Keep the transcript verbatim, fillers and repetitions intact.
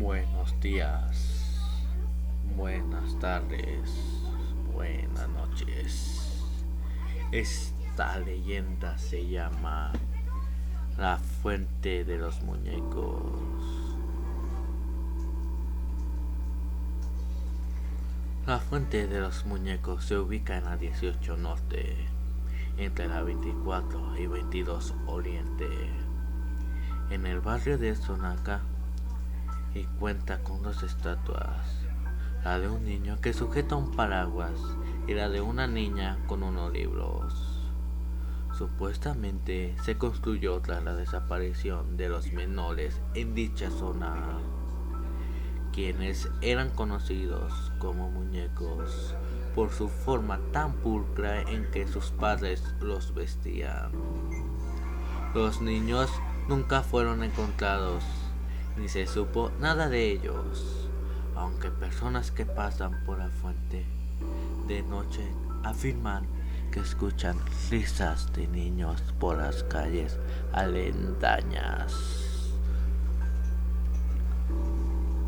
Buenos días, buenas tardes, buenas noches. Esta leyenda se llama La Fuente de los Muñecos. La Fuente de los Muñecos se ubica en la dieciocho Norte, entre la veinticuatro y veintidós Oriente, en el barrio de Sonaca, y cuenta con dos estatuas, la de un niño que sujeta un paraguas y la de una niña con unos libros. Supuestamente se construyó tras la desaparición de los menores en dicha zona, quienes eran conocidos como muñecos por su forma tan pulcra en que sus padres los vestían. Los niños nunca fueron encontrados, ni se supo nada de ellos, aunque personas que pasan por la fuente de noche afirman que escuchan risas de niños por las calles aledañas.